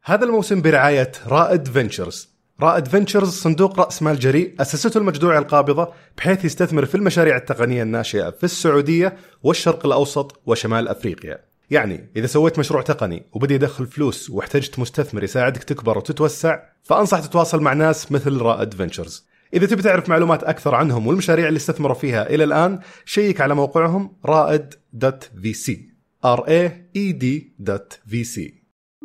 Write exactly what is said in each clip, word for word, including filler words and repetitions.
هذا الموسم برعاية رائد فينتشرز. رائد فينتشرز صندوق رأس مال جريء أسسته المجدوعة القابضة بحيث يستثمر في المشاريع التقنية الناشئة في السعودية والشرق الأوسط وشمال أفريقيا. يعني إذا سويت مشروع تقني وبدي يدخل فلوس واحتجت مستثمر يساعدك تكبر وتتوسع، فأنصح تتواصل مع ناس مثل رائد فينتشرز. إذا تبي تعرف معلومات أكثر عنهم والمشاريع اللي استثمروا فيها إلى الآن، شيك على موقعهم رائد دوت في سي آر إيه إي دي دوت في سي.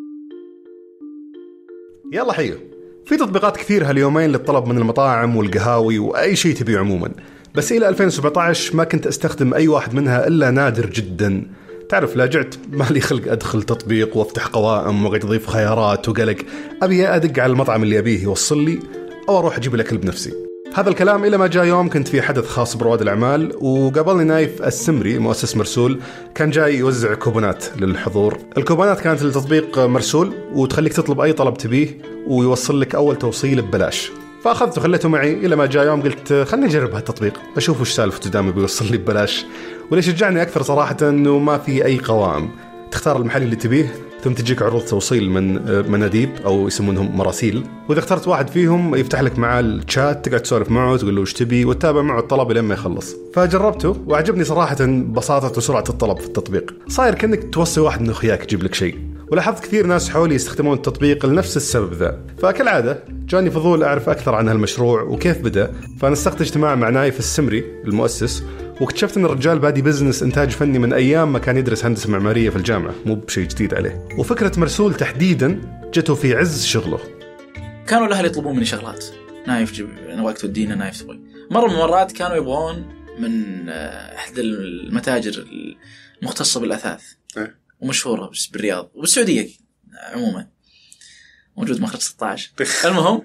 يلا حيو. في تطبيقات كثير هاليومين للطلب من المطاعم والقهاوي وأي شيء تبيه عموما، بس إلى ألفين وسبعة عشر ما كنت أستخدم أي واحد منها إلا نادر جدا. تعرف لا جعت ما لي خلق أدخل تطبيق وافتح قوائم وقاعد أضيف خيارات وقلق، أبي أدق على المطعم اللي أبيه يوصل لي أو أروح أجيب الأكل بنفسي. هذا الكلام إلى ما جاء يوم كنت في حدث خاص برواد الأعمال، وقابلني نايف السمري مؤسس مرسول، كان جاي يوزع كوبونات للحضور. الكوبونات كانت لتطبيق مرسول وتخليك تطلب أي طلب تبيه ويوصل لك أول توصيل ببلاش. فأخذته خليته معي إلى ما جاء يوم قلت خلني أجرب هالتطبيق أشوف وش سالفته دامي بيوصل لي ببلاش. واللي شجعني أكثر صراحة أنه ما في أي قوائم، تختار المحل اللي تبيه ثم تجيك عروض توصيل من مناديب أو يسمونهم مراسيل، وإذا اخترت واحد فيهم يفتح لك معاه الشات، تقعد تسولف معه تقول له وش تبي وتتابع معه الطلب لما يخلص. فجربته وعجبني صراحة بساطة وسرعة الطلب في التطبيق، صاير كأنك توصي واحد من أخوياك يجيب لك شيء. ولاحظت كثير ناس حولي يستخدمون التطبيق لنفس السبب ذا. فكالعادة جاني فضول أعرف أكثر عن هالمشروع وكيف بدأ، فنسقت اجتماع مع نايف السمري المؤسس، واكتشفت أن الرجال بادي بزنس إنتاج فني من أيام ما كان يدرس هندسة معمارية في الجامعة، مو بشيء جديد عليه. وفكرة مرسول تحديداً جته في عز شغله. كانوا الأهل يطلبون مني شغلات، نايف جيب نواك تودينا، نايف تبغي. مرة من المرات كانوا يبغون من إحدى المتاجر المختصة بالأثاث ومشهورة بس بالرياض وبالسعودية عموما، موجود مخرج ستة عشر. المهم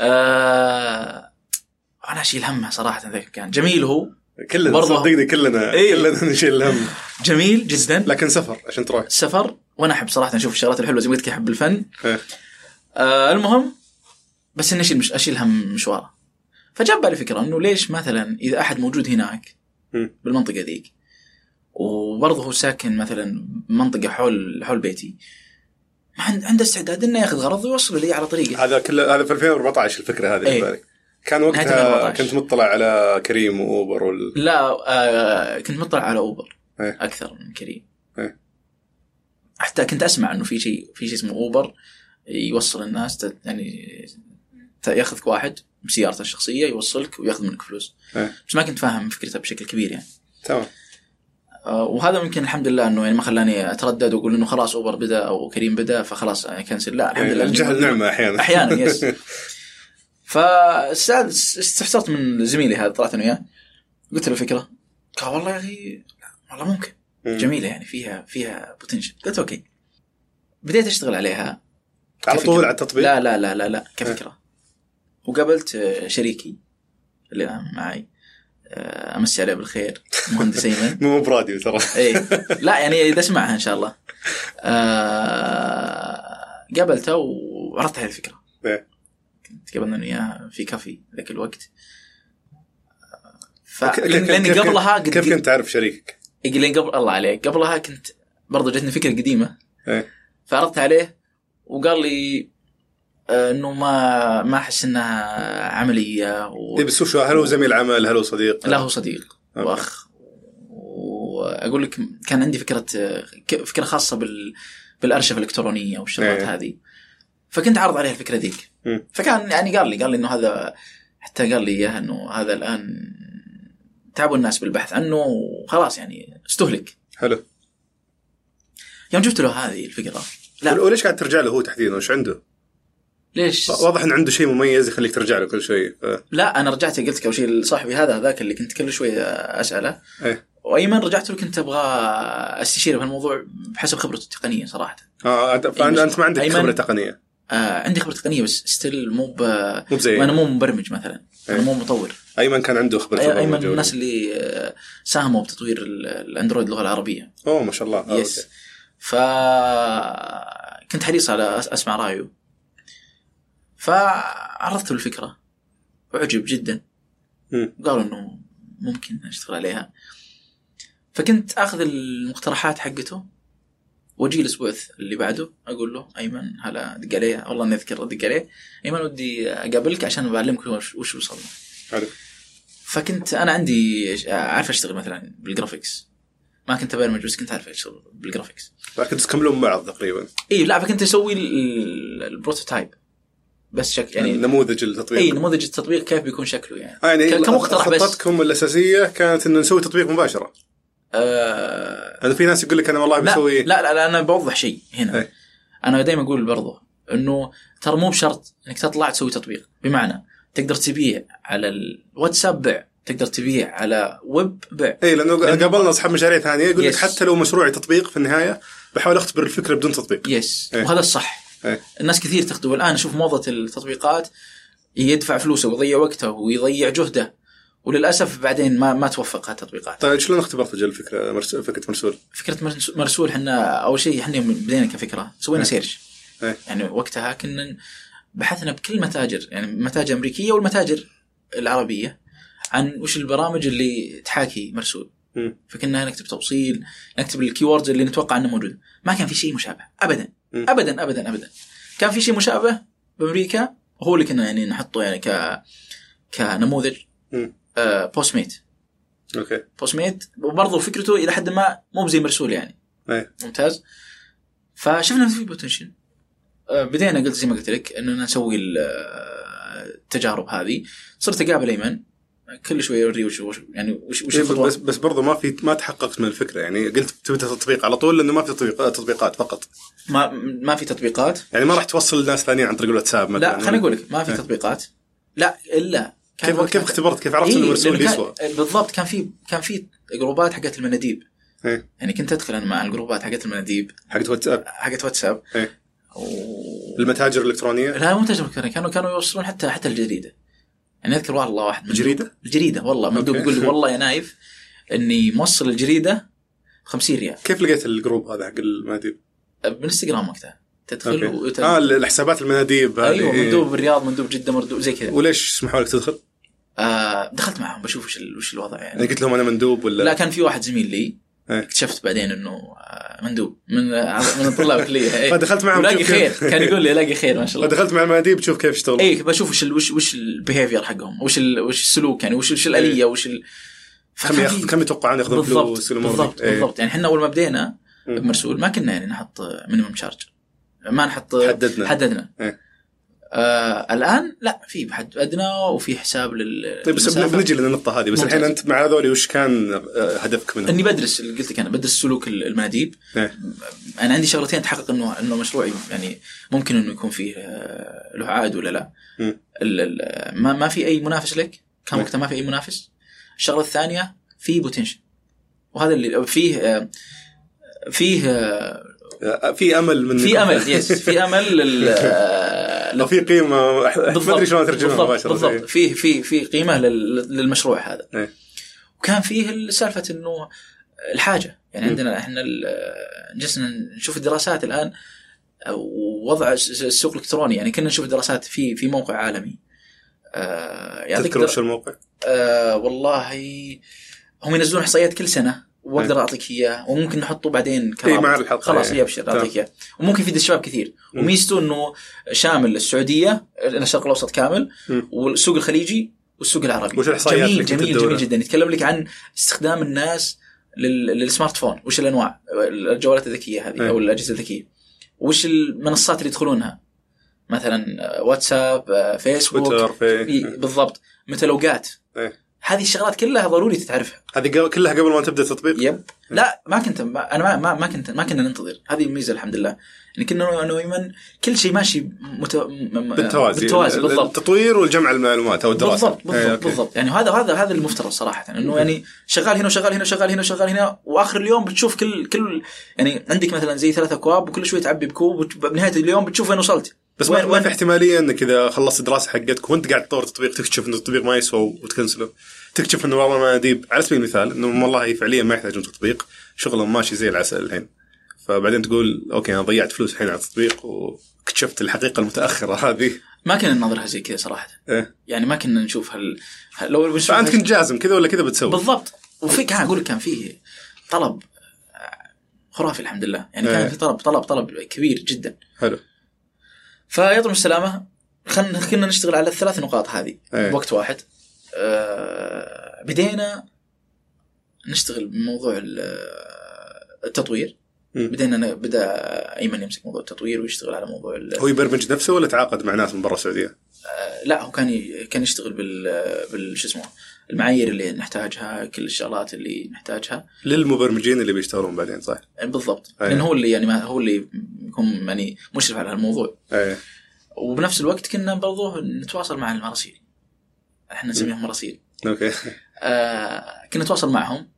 آه أنا أشيل همها صراحة، ذاك كان جميل، هو كلنا صدقني كلنا إيه؟ كلنا نشيل الهم. جميل جدا، لكن سفر عشان تروح سفر، وأنا أحب صراحة نشوف الشغلات الحلوة زي ما قلت لك، أحب الفن. آه المهم بس إني أشيل مش أشيل هم مشواره. فجاب بالي فكرة إنه ليش مثلا إذا أحد موجود هناك م. بالمنطقة ذيك وبرضه هو ساكن مثلا منطقة حول حول بيتي، عنده استعداد إنه يأخذ غرض ويوصل لي على طريقه. هذا كله هذا في ألفين وأربعة عشر الفكرة هذه. ايه؟ بالك كان وقتها كنت مطلع على كريم وأوبر وال... لا آه كنت مطلع على أوبر ايه؟ أكثر من كريم. ايه؟ حتى كنت أسمع إنه في شيء في شيء اسمه أوبر يوصل الناس، يعني يأخذك واحد بسيارته الشخصية يوصلك ويأخذ منك فلوس. ايه؟ بس ما كنت فاهم فكرتها بشكل كبير يعني. تمام. وهذا ممكن الحمد لله انه يعني ما خلاني اتردد واقول انه خلاص اوبر بدا او كريم بدا فخلاص يعني كنسل. لا الحمد لله الجهل نعمه احيانا احيانا يس. فاستفسرت من زميلي هذا، طلعت انا وياه قلت له فكره، قال والله يا اخي والله ممكن جميله يعني فيها فيها بوتنشل. قلت اوكي، بديت اشتغل عليها على طول على التطبيق. لا لا لا لا, لا كفكره. وقابلت شريكي اللي معي، أمسي عليه بالخير، مهندس أيمن. مو براديو ترى. إيه لا يعني إذا سمعها إن شاء الله. أه قابلته وعرضت عليه الفكرة. إيه. كنت قبلنا إياه في كافي ذاك الوقت. ف لأني قبلها كيف كنت تعرف شريكك؟ يقولين قبل الله عليك قبلها كنت برضو جتني فكرة قديمة. إيه. فعرضت عليه وقال لي انه ما ما احس انها عمليه و... إيه بس شو هل هو زميل عمل هل هو صديق؟ لا هو صديق واخ. واقول لك كان عندي فكره فكره خاصه بال بالارشفه الالكترونيه والشغلات إيه. هذه، فكنت عارض عليه الفكره ذيك. م. فكان يعني قال لي قال لي انه هذا، حتى قال لي اياه انه هذا الان تعبوا الناس بالبحث عنه وخلاص يعني استهلك. حلو. يوم جبت له هذه الفكره، لا وليش قاعد ترجع له هو تحديدا؟ وش عنده؟ ليش؟ واضح ان عنده شيء مميز يخليك ترجع له كل شيء. ف... لا انا رجعت قلت لك اول شيء لصاحبي هذا ذاك اللي كنت كل شويه اساله. ايه. وايمن رجعت له كنت ابغى استشيره في الموضوع بحسب خبرته التقنيه صراحه. اه فانت انت ما عندك خبره تقنيه. آه عندي خبره تقنيه بس ستيل مو ب... مو زي انا مو مبرمج مثلا. ايه. انا مو مطور. ايمن كان عنده خبره تقنيه. ايمن من الناس اللي ساهموا بتطوير الاندرويد اللغه العربيه. اوه ما شاء الله. يس. ف كنت حريص على اسمع رايه، فعرضت له الفكره وعجب جدا. قالوا انه ممكن اشتغل عليها. فكنت اخذ المقترحات حقته واجي الاسبوع اللي بعده اقول له ايمن هلا دق عليه والله نذكر دق عليه ايمن ودي اقابلك عشان بعلمك وش وش وصلنا. حلو. فكنت انا عندي عارف اشتغل مثلا بالجرافيكس ما كنت برمج بس كنت عارف اشتغل بالجرافيكس فكنت تكملون بعض تقريبا. اي لا فكنت اسوي البروتوتايب بس شكل يعني نموذج التطبيق. اي نموذج التطبيق كيف بيكون شكله يعني, آه يعني كمقترح بس. خطتكم الاساسيه كانت انه نسوي تطبيق مباشره. آه انا في ناس يقول لك انا والله بسوي لا لا, لا انا بوضح شيء هنا. ايه. انا دائما اقول برضه انه ترى مو بشرط انك تطلع تسوي تطبيق. بمعنى تقدر تبيع على الواتساب بيع تقدر تبيع على ويب بيع. اي لانه قابلنا اصحاب مشاريع ثانيه يقول لك حتى لو مشروعي تطبيق في النهايه بحاول اختبر الفكره بدون تطبيق. يس ايه. وهذا الصح. ايه. الناس كثير تخدم الان اشوف موضه التطبيقات يدفع فلوسه ويضيع وقته ويضيع جهده وللاسف بعدين ما ما توفق هالتطبيقات. طيب شلون اختبرت جل الفكره مرسول فكره مرسول؟ فكره مرسول احنا اول شيء احنا بدينا كفكره سوينا ايه. سيرش. ايه. يعني وقتها كنا بحثنا بكل متاجر يعني متاجر امريكيه والمتاجر العربيه عن وش البرامج اللي تحاكي مرسول. م. فكنا نكتب توصيل نكتب الكيوردز اللي نتوقع انه موجود. ما كان في شيء مشابه ابدا. م. ابدا ابدا ابدا. كان في شيء مشابه بامريكا وهو اللي كنا يعني نحطه يعني ك كنموذج آه بوستميت. اوكي. بوستميت وبرضه فكرته الى حد ما مو زي مرسول يعني. ايه. ممتاز. فشفنا في بوتنشل. آه بدينا قلت زي ما قلت لك اننا نسوي التجارب هذه. صرت اقابل ايمن كل شويه يوري وش يعني وش وش بس بس برضه ما في ما تحققت من الفكره يعني قلت تبي تطبيق على طول لانه ما في تطبيقات تطبيقات فقط. ما ما في تطبيقات يعني ما راح توصل لناس ثانيين عن طريق الواتساب مثلا. لا خليني اقول لك ما في تطبيقات لا الا كيف كيف اختبرت كيف عرفت إيه انه مرسول يسوى؟ بالضبط كان في كان في جروبات حقت المناديب. إيه؟ يعني كنت ادخل انا مع الجروبات حقت المناديب حقت واتساب حقت واتساب إيه؟ و... المتاجر الالكترونيه لا مو متاجر الالكترونيه كانوا كانوا يوصلون حتى حتى الجريده. يعني اذكر والله واحد من الجريده الجريده والله مندوب يقول لي والله يا نايف اني موصل الجريده خمسين ريال. كيف لقيت الجروب هذا حق المناديب؟ بالانستغرام وقتها تدخل وتل... اه الحسابات المناديب هذه ايوه مندوب الرياض مندوب جده مندوب زي كذا. وليش سمحوا لك تدخل؟ آه دخلت معهم بشوف وش وش الوضع يعني. قلت لهم انا مندوب ولا لا كان في واحد زميل لي ايه؟ اكتشفت بعدين انه مندوب من من الطلاب الكليه. ايه فدخلت معهم لاقي خير كان يقول لي لاقي خير ما شاء الله. فدخلت مع المناديب تشوف كيف يشتغلون. ايه بشوف وش وش وش البيهافير حقهم وش وش السلوك يعني وش وش الاليه وش ال... كم ياخذ كم يتوقعون ياخذون فلوس بالضبط ايه؟ بالضبط. يعني احنا اول ما بدينا بمرسول ما كنا يعني نحط مينيمم شارج ما نحط حددنا حددنا ايه؟ آه الآن لا في حد أدنى وفي حساب لل. طيب بس بنجي للنقطة هذه بس الحين أنت مع هذول وش كان هدفك منهم؟ إني بدرس قلت لك أنا بدرس سلوك المناديب. إيه؟ أنا عندي شغلتين تحقق إنه إنه مشروعي يعني ممكن إنه يكون فيه له عائد ولا لا. ال ما ما في أي منافس لك كان وقتها ما في أي منافس. الشغلة الثانية في بوتنشل وهذا اللي فيه فيه في أمل من في أمل يس في أمل لو في قيمة ما أدري شلون ترجمها مباشرة. بالضبط في في في قيمة للمشروع هذا. إيه؟ وكان فيه السالفة إنه الحاجة يعني م. عندنا إحنا جلسنا نشوف الدراسات الآن ووضع السوق الإلكتروني يعني كنا نشوف الدراسات في في موقع عالمي. آه يعطيك تذكر وش الموقع؟ آه والله هم ينزلون إحصائيات كل سنة واقدر اعطيك اياه وممكن نحطه بعدين كرابط خلاص يبشر اعطيك اياه وممكن يفيد الشباب كثير. وميزته انه شامل السعوديه الشرق الاوسط كامل م. والسوق الخليجي والسوق العربي. جميل جميل جميل جدا. يتكلم لك عن استخدام الناس للسمارت فون وش الانواع الجوالات الذكيه هذه م. او الاجهزه الذكيه وش المنصات اللي يدخلونها مثلا واتساب فيسبوك في... بالضبط متلوجات م. هذه الشغلات كلها ضروري تتعرفها. هذه كلها قبل ما تبدأ التطبيق. يب لا ما كنت ما أنا ما ما كنت ما كنا ننتظر. هذه الميزة الحمد لله يعني كنا أنا ويمن كل شيء ماشي مت... بالتوازي. بالتوازي بالضبط. التطوير والجمع المعلومات أو الدراسة. بالضبط بالضبط, ايه بالضبط. يعني هذا هذا هذا المفترض صراحة إنه يعني شغال هنا وشغال هنا وشغال هنا وشغال هنا وآخر اليوم بتشوف كل كل يعني عندك مثلا زي ثلاثة أكواب وكل شوي تعبي بكوب وبنهاية اليوم بتشوف وين وصلت. بس وين ما في احتمالية إنك إذا خلصت الدراسة حقتك وأنت قاعد تطور تطبيق تكتشف إنه التطبيق ما يسوى وتكنسله. تكتشف إنه والله ما ديب على سبيل المثال إنه والله فعليا ما يحتاجون تطبيق شغلهم ماشي زي العسل الحين. فبعدين تقول أوكي أنا ضيعت فلوس الحين على التطبيق واكتشفت الحقيقة المتأخرة هذه. ما كنا ننظرها زي كذا صراحة. إيه؟ يعني ما كنا نشوف هال لو فأنت كنت جازم كذا ولا كذا بتسوي. بالضبط. وفي كان أقول كان فيه طلب خرافي الحمد لله يعني. كان في طلب طلب طلب كبير جدا. حلو. فيطلب السلامة خلنا كنا نشتغل على الثلاث نقاط هذه أيه. بوقت واحد. أه بدينا نشتغل بموضوع التطوير. م. بدينا بدأ أيمن يمسك موضوع التطوير ويشتغل على موضوع. هو يبرمج نفسه ولا تعاقد مع ناس من برا السعودية؟ أه لا هو كان كان يشتغل بال بال شو اسمه المعايير اللي نحتاجها كل الشغلات اللي نحتاجها للمبرمجين اللي بيشتغلون بعدين. صح بالضبط. أيه. لأن هو اللي يعني ما هو اللي يكون يعني مشرف على هالموضوع. أيه. وبنفس الوقت كنا برضو نتواصل مع المراسيل. احنا نسميهم مراسيل. اوكي. آه كنا نتواصل معهم.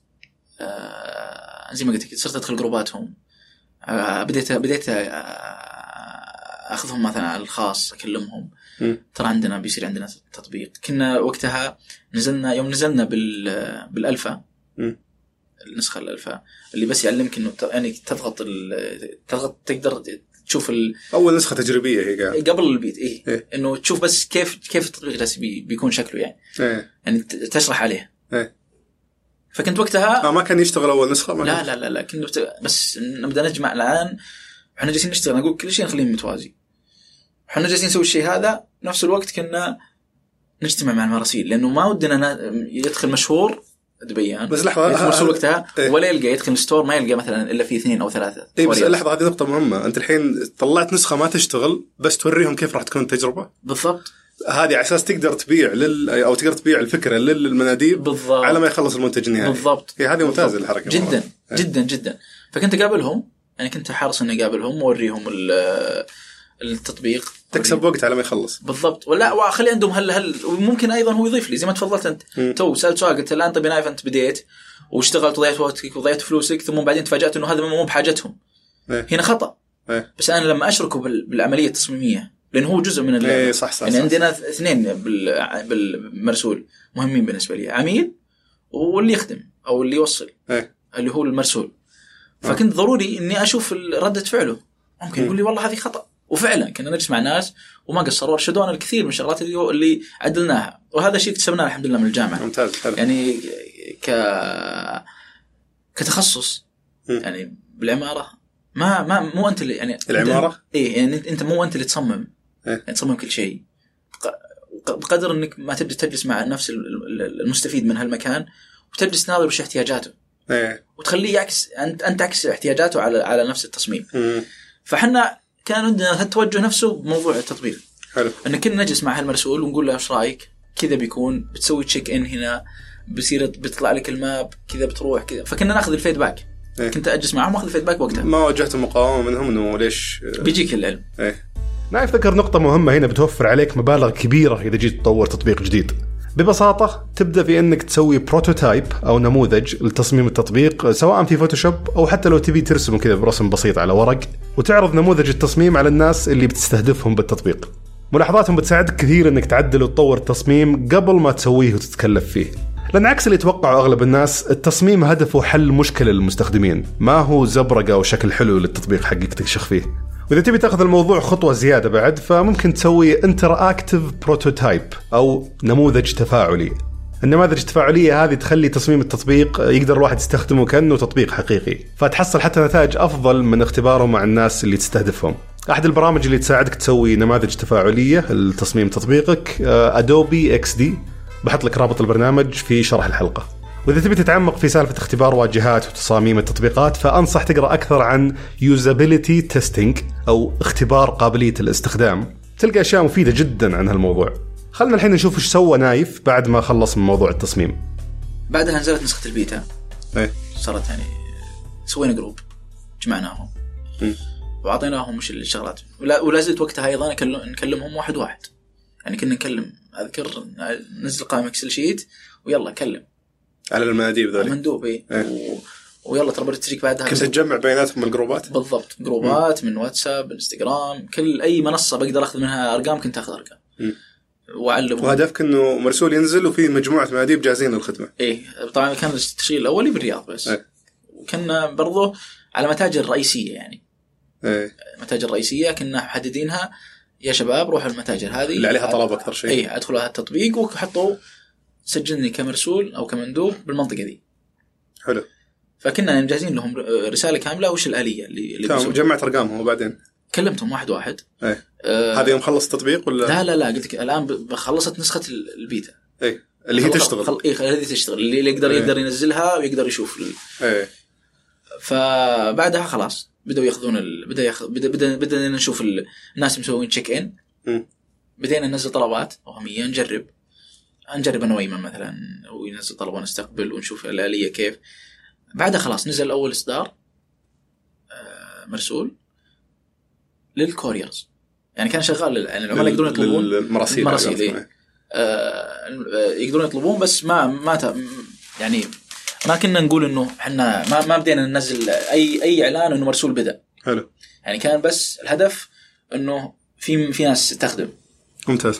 آه زي ما قلت لك صرت ادخل جروباتهم. آه بديت بديت آه اخذهم مثلا على الخاص اكلمهم. م. ترى عندنا بيصير عندنا تطبيق. كنا وقتها نزلنا يوم نزلنا بال بالالفا. م. النسخه الالفا اللي بس يعلمك انه يعني تضغط تضغط تقدر تشوف ال... اول نسخه تجريبيه هي قاعد. قبل البيت إيه؟, إيه انه تشوف بس كيف كيف التطبيق الاساسي بي... بيكون شكله يعني. إيه؟ يعني تشرح عليه. إيه؟ فكنت وقتها اه ما كان يشتغل اول نسخه. ما لا, لا لا لا كنا بت... بس نبدا نجمع الان. احنا جالسين نشتغل نقول كل شيء نخليه متوازي. احنا جالسين نسوي الشيء هذا نفس الوقت كنا نجتمع مع المراسيل لانه ما ودنا يدخل مشهور دبيان بس لحظه يدخل وقتها إيه؟ ولا يلقى يدخل الستور ما يلقى مثلا الا في اثنين او ثلاثه. اي بس لحظه هذه نقطه مهمه. انت الحين طلعت نسخه ما تشتغل بس توريهم كيف راح تكون التجربه بالضبط. هذه على اساس تقدر تبيع لل او تقدر تبيع الفكره للمناديب بالضبط. على ما يخلص المنتج النهائي بالضبط. هي هذه ممتازه الحركه جدا مرة. جدا جدا. فكنت اقابلهم يعني كنت حريص اني اقابلهم واوريهم التطبيق تكسب وقت على ما يخلص. بالضبط. ولا واخلي عندهم هل هل وممكن ايضا هو يضيف لي زي ما تفضلت انت. م. تو سالت سؤال قلت الان طيب نايف انت بديت واشتغلت وضيعت وقتك وضيعت فلوسك ثم بعدين تفاجأت انه هذا مو بحاجتهم. إيه؟ هنا خطأ. إيه؟ بس انا لما اشركه بالعمليه التصميميه لانه هو جزء من اللعبه. إيه صح صح يعني صح عندنا صح. اثنين بالمرسول مهمين بالنسبه لي عميل واللي يخدم او اللي يوصل. إيه؟ اللي هو المرسول. فكنت ضروري اني اشوف ردة فعله. ممكن يقول لي والله هذه خطأ وفعلا كنا نجلس مع ناس وما قصروا ارشدونا الكثير من الشغلات اللي اللي عدلناها وهذا شيء اكتسبناه الحمد لله من الجامعه. ممتاز. حلو. يعني ك كتخصص م. يعني بالعماره ما ما مو انت اللي يعني العماره ايه يعني انت مو انت اللي تصمم. إيه؟ يعني تصمم كل شيء بقدر انك ما تبدا تجلس مع نفس المستفيد من هالمكان وتجلس تناظر وش احتياجاته. إيه؟ وتخليه يعكس انت انت تعكس احتياجاته على على نفس التصميم. م. فحنا كان عندنا التوجه نفسه بموضوع التطبيق. حلو. ان كنا نجلس مع هالمرسول ونقول له ايش رايك كذا بيكون بتسوي تشيك ان هنا بصير بيطلع لك الماب كذا بتروح كذا. فكنا ناخذ الفيدباك. إيه؟ كنت اجلس معهم واخذ الفيدباك وقتها. ما واجهت مقاومه منهم انه ليش بيجيك العلم. إيه؟ نايف ذكر نقطه مهمه هنا بتوفر عليك مبالغ كبيره اذا جيت تطور تطبيق جديد. ببساطة تبدأ في أنك تسوي بروتوتايب أو نموذج لتصميم التطبيق سواء في فوتوشوب أو حتى لو تبي ترسمه كذا برسم بسيط على ورق وتعرض نموذج التصميم على الناس اللي بتستهدفهم بالتطبيق. ملاحظاتهم بتساعدك كثير أنك تعدل وتطور التصميم قبل ما تسويه وتتكلف فيه. لأن عكس اللي يتوقعه أغلب الناس التصميم هدفه حل مشكلة للمستخدمين ما هو زبرقة أو شكل حلو للتطبيق حقك تكشخ فيه. وإذا تبي تأخذ الموضوع خطوة زيادة بعد فممكن تسوي انتراكتيف بروتوتايب أو نموذج تفاعلي. النماذج التفاعلية هذه تخلي تصميم التطبيق يقدر الواحد يستخدمه كأنه تطبيق حقيقي فتحصل حتى نتائج أفضل من اختباره مع الناس اللي تستهدفهم. أحد البرامج اللي تساعدك تسوي نماذج تفاعلية لتصميم تطبيقك أدوبي إكس دي. بحط لك رابط البرنامج في شرح الحلقة. وإذا تبي تتعمق في سالفة اختبار واجهات وتصاميم التطبيقات فأنصح تقرأ أكثر عن usability testing أو اختبار قابلية الاستخدام. تلقى أشياء مفيدة جدا عن هالموضوع. خلنا الحين نشوف إيش سوى نايف بعد ما خلص من موضوع التصميم. بعدها نزلت نسخة البيتا. إيه؟ صارت يعني سوينا جروب جمعناهم م. وعطيناهم مش الشغلات ولا ولا زلت وقتها أيضا نكلمهم واحد واحد. يعني كنا نكلم أذكر نزل قائمة إكسل شيت ويلا كلم على المناديب ذولي مندوب إيه؟ إيه؟ و... ويلا ترى بتجيك بعدها كنت تجمع بياناتهم من الجروبات. بالضبط جروبات م. من واتساب انستغرام كل أي منصة بقدر أخذ منها أرقام كنت أخذ أرقام وأعلمهم. وهدفك إنه مرسول ينزل وفي مجموعة مناديب جاهزين للخدمة. إيه طبعا كان التشغيل الأولي بالرياض بس. إيه؟ وكنا برضو على متاجر رئيسية يعني. إيه؟ متاجر رئيسية كنا محددينها يا شباب روحوا المتاجر هذه اللي عليها طلب أكثر شيء. إيه أدخلوا هذا التطبيق وحطوا سجلني كمرسول أو كمندوب بالمنطقة دي. حلو. فكنا مجهزين لهم رساله كامله وش الاليه اللي اللي تمام. جمعت ارقامهم وبعدين كلمتهم واحد واحد. ايه آه هذا يوم خلص التطبيق ولا لا لا لا قلت لك الان بخلصت نسخه البيتا ايه اللي هي تشتغل خل... ايه اللي تشتغل اللي يقدر ايه. يقدر ينزلها ويقدر يشوف ال... ايه فبعدها خلاص بدأوا ياخذون ال... بدا ياخذ بدا بدا بدنا نشوف ال... الناس مسوين تشيك ان م. بدينا ننزل طلبات وهميه نجرب نجرب انا ويمن مثلا وينزل طلب ونستقبل ونشوف الآلية كيف. بعدها خلاص نزل اول اصدار مرسول للكوريرز يعني كان شغال يعني العملاء يقدرون يطلبون المراسيل المراسيل آه يقدرون يطلبون بس ما ما ت... يعني ما كنا نقول انه احنا ما ما بدينا ننزل اي اي اعلان انه مرسول بدا حلو يعني كان بس الهدف انه في في ناس تستخدم. ممتاز.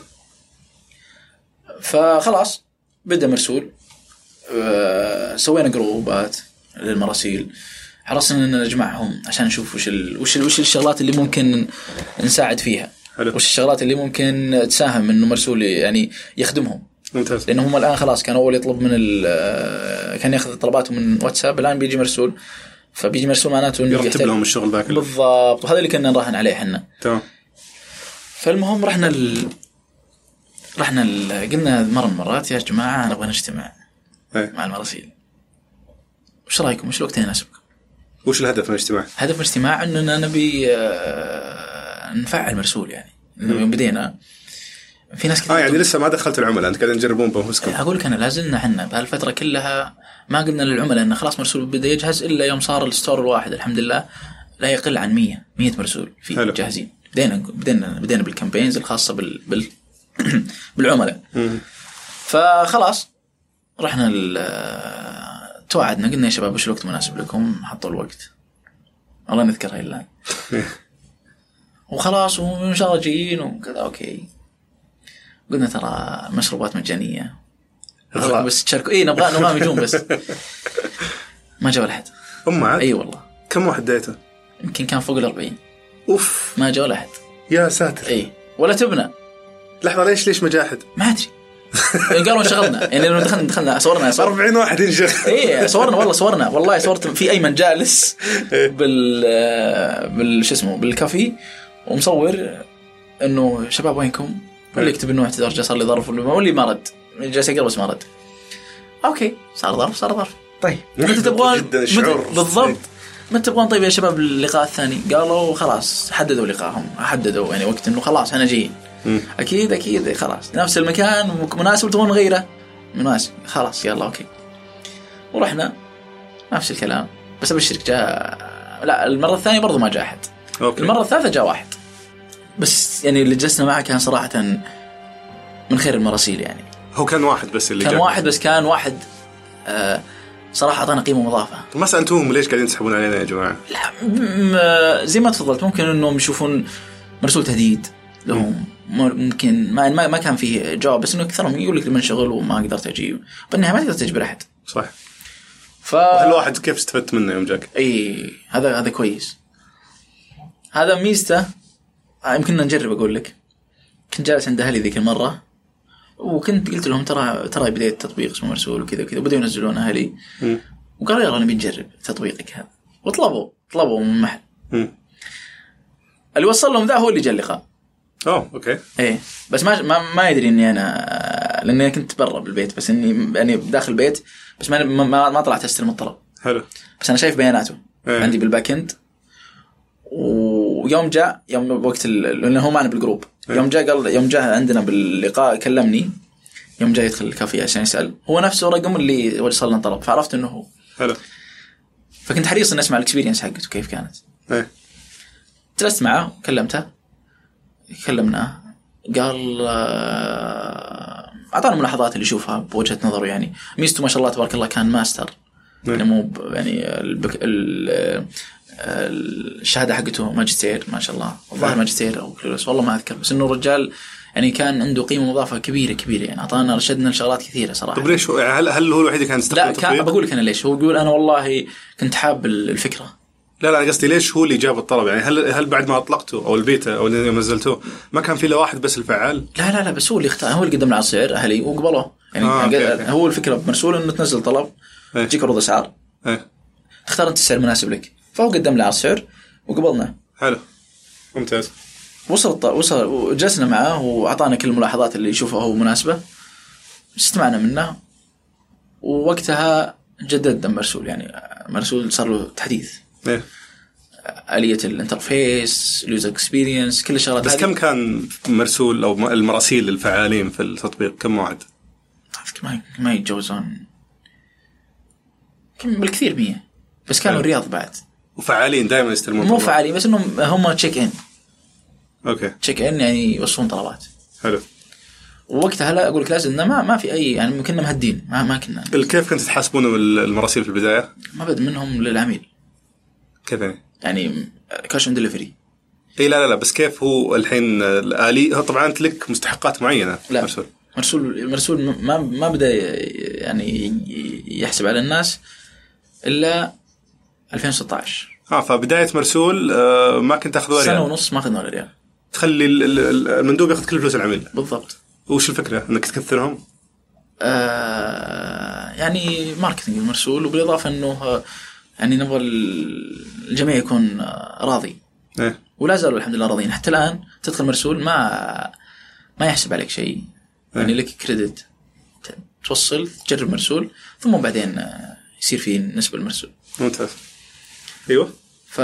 فخلاص بدا مرسول آه سوينا جروبات للمراسيل حرصنا ان نجمعهم عشان نشوف وش ال... وش ال... وش الشغلات اللي ممكن نساعد فيها. حلو. وش الشغلات اللي ممكن تساهم انه مرسول يعني يخدمهم. ممتاز. لانهم الان خلاص كان اول يطلب من ال... كان ياخذ طلباتهم من واتساب الان بيجي مرسول فبيجي مرسول معناته انه يرتب لهم الشغل ذاك بالضبط وهذا اللي كنا نراهن عليه احنا. تمام. فالمهم رحنا ال... رحنا ال... قلنا مرة من مرات يا جماعة نبغى نجتمع هي. مع المراسيل وش رأيكم وش الوقت يناسبكم؟ وش الهدف من الاجتماع؟ هدف الاجتماع أننا نبي نفعل مرسول يعني يوم بدينا في ناس كثير آه يعني لسه ما دخلت العملاء أنت قاعدين تجربون بأنفسكم. أقول لك أنا لازلنا حنا بهالفترة كلها ما قلنا للعملاء أن خلاص مرسول بدأ يجهز إلا يوم صار الستور الواحد الحمد لله لا يقل عن مية مية مرسول فيه حلو. جاهزين. بدينا بدينا بدينا بالكامبينز الخاصة بال بال بالعملاء. فخلاص رحنا توعدنا قلنا يا شباب وش الوقت مناسب لكم حطوا الوقت الله نذكرها إلا وخلاص وإن شاء الله جايين وكذا أوكي. قلنا ترى مشروبات مجانية بس تشاركوا إيه نبغى نبغى يجون بس ما جاء ولا أحد. أم عاد. أي والله. كم واحد دايته؟ يمكن كان فوق الأربعين. أوف. ما جاء ولا أحد. يا ساتر. إيه ولا تبنى. لحظة ليش ليش مجاحد؟ ما أدري. قالوا شغلنا يعني لما دخلنا دخلنا صورنا صور أربعين واحد ينشغل. إيه صورنا والله صورنا والله صورت في أي من جالس بال بال شو اسمه بالكافي ومصور إنه شباب وينكم واللي يكتب إنه اعتذار جا صار لي ظرف واللي ما رد جالس يقرأ بس ما رد. أوكي صار ظرف صار ظرف. طيب متى تبغون بالضبط متى تبغون طيب يا شباب اللقاء الثاني؟ قالوا خلاص حددوا لقاءهم حددوا يعني وقت إنه خلاص أنا جاي. أكيد أكيد خلاص نفس المكان مناسب تبغون نغيره مناسب خلاص يلا أوكي. ورحنا نفس الكلام بس أبشرك جاء لا المرة الثانية برضو ما جاء أحد. أوكي. المرة الثالثة جاء واحد بس يعني اللي جلسنا معه كان صراحة من خير المراسيل يعني. هو كان واحد بس اللي كان جاء. واحد بس كان واحد آه صراحة أعطانا قيمة مضافة. ما سألتوهم ليش قاعدين تسحبون علينا يا جماعة؟ لا زي ما تفضلت ممكن إنهم يشوفون مرسول تهديد لهم ممكن ما ما كان فيه جواب بس إنه أكثرهم يقول لك لمن شغل وما قدرت أجي بالنهاية ما تقدر تجبر أحد. صح. ف هالواحد كيف استفدت منه يوم جاك؟ إيه هذا هذا كويس هذا ميزته يمكن نجرب أقول لك. كنت جالس عند أهلي ذيك المرة وكنت قلت لهم ترى ترى بداية تطبيق اسمه مرسول وكذا وكذا وبدأوا ينزلون أهلي وقالوا يلا نبي نجرب تطبيقك هذا وطلبوا طلبوا من محل م. اللي وصل لهم ذا هو اللي جاء اللقاء. أوه أوكي. إيه بس ما ما ما يدري إني أنا لأني كنت برا بالبيت بس إني يعني داخل البيت بس ما ما ما طلعت أستلم الطلب. حلو. بس أنا شايف بياناته إيه. عندي بالباكند ويوم جاء يوم وقت لأنه هو معنا بالجروب إيه. يوم جاء قال يوم جاء عندنا باللقاء كلمني يوم جاء يدخل الكافيه عشان يسأل هو نفسه رقم اللي وصلنا طلب فعرفت إنه هو. حلو. فكنت حريص إن أسمع الإكسبيرينس حقته كيف كانت. إيه. جلست معه كلمته كلمناه قال أعطانا ملاحظات اللي يشوفها بوجهة نظره يعني ميزته ما شاء الله تبارك الله كان ماستر يعني مو يعني البك... ال... الشهادة حقته ماجستير ما شاء الله الظاهر ماجستير أو كلوس والله ما أذكر بس إنه الرجال يعني كان عنده قيمة مضافة كبيرة كبيرة يعني أعطانا رشدنا لشغلات كثيرة صراحة. طب ليش هل هل هو الوحيد اللي كان يستخدم التطبيق؟ لا كان بقول لك أنا ليش هو يقول أنا والله كنت حاب الفكرة. لا لا قصدي ليش هو اللي جاب الطلب يعني هل هل بعد ما أطلقته أو البيتا أو اللي نزلته ما كان في له واحد بس الفعال؟ لا لا لا بس هو اللي اختار هو اللي قدم على السعر أهلي وقبله يعني آه، أوكي، أوكي. هو الفكرة بمرسول إنه تنزل طلب إيه. تجيك عروض أسعار إيه. تختار انت السعر المناسب لك. فهو قدم لي على السعر وقبلنا. حلو ممتاز. وصل وصل وجلسنا معه واعطانا كل الملاحظات اللي يشوفها هو مناسبه، استمعنا منه، ووقتها جدد مرسول. يعني مرسول صار له تحديث. إيه؟ آلية الانترفيس، اليوزر اكسبيرينس، كل الشغلات. بس كم كان مرسول او المراسيل الفعالين في التطبيق كم واحد؟ ما ما يتجاوزون كم بالكثير مية، بس كانوا الرياض بعد وفعالين دائما يستلمون. مو فعالين بس انهم هم تشيك ان. اوكي تشيك ان يعني يوصلون طلبات. حلو. ووقتها لا اقول لك لازم ما ما في اي يعني كنا مهدين ما ما كنا. كيف كنت تحاسبون المراسيل في البدايه؟ ما بد منهم للعميل. كيف يعني؟ يعني كاش اون ديليفري. اي لا لا لا بس كيف هو الحين الآلي؟ طبعا انت لك مستحقات معينه. لا مرسول مرسول مرسول ما ما بدا يعني يحسب على الناس الا ألفين وستة عشر. اه فبدايه مرسول آه ما كنت تاخذ ولا سنه ونص ما اخذنا ولا ريال. تخلي المندوب ياخذ كل فلوس العميل. بالضبط. وش الفكره انك تكثرهم؟ آه يعني ماركتينج المرسول، وبالاضافه انه يعني نبغى الجميع يكون راضي. إيه؟ ولا زالوا الحمد لله راضيين حتى الان. تدخل مرسول ما ما يحسب عليك شيء. إيه؟ يعني لك كريدت توصل تجرب مرسول ثم بعدين يصير فيه نسبة المرسول. ممتاز. ايوه. ف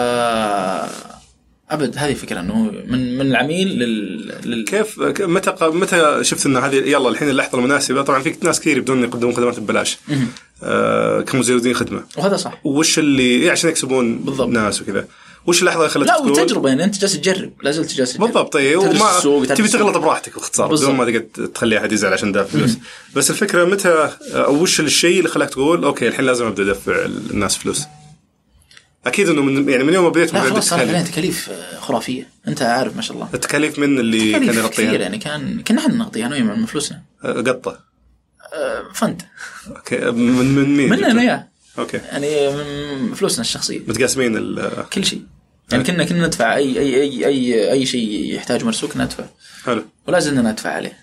ابد هذه فكره انه من من العميل لل, لل... كيف متى متى شفت ان هذه يلا الحين اللحظه المناسبه؟ طبعا في ناس كثير يبدون يقدمون خدمات ببلاش آه كمزودين خدمه، وهذا صح. وش اللي إيه عشان يكسبون بالضبط. ناس وكذا؟ وش اللحظه اللي خلتك لا تقول وتجربه يعني انت جالس تجرب لا زلت جالس تجرب بالضبط. طيب وما تبي تغلط براحتك باختصار بدون ما تقعد تخلي احد يزعل عشان دافع فلوس. بش الفكره متى او وش الشيء اللي خلاك تقول اوكي الحين لازم ابدا ادفع الناس فلوس؟ اكيد انه من يعني من يوم ما بديت لا خلاص صار علينا تكاليف خرافيه انت عارف ما شاء الله. التكاليف من اللي كان يغطيها يعني كان كنا احنا نغطيها نوعا من فلوسنا. قطه أه فند. اوكي من من مين؟ مننا وياه. اوكي يعني من فلوسنا الشخصيه متقاسمين كل شيء. يعني كنا كنا ندفع اي اي اي اي اي شيء يحتاج مرسوك ندفع. حلو. ولا زلنا ندفع عليه.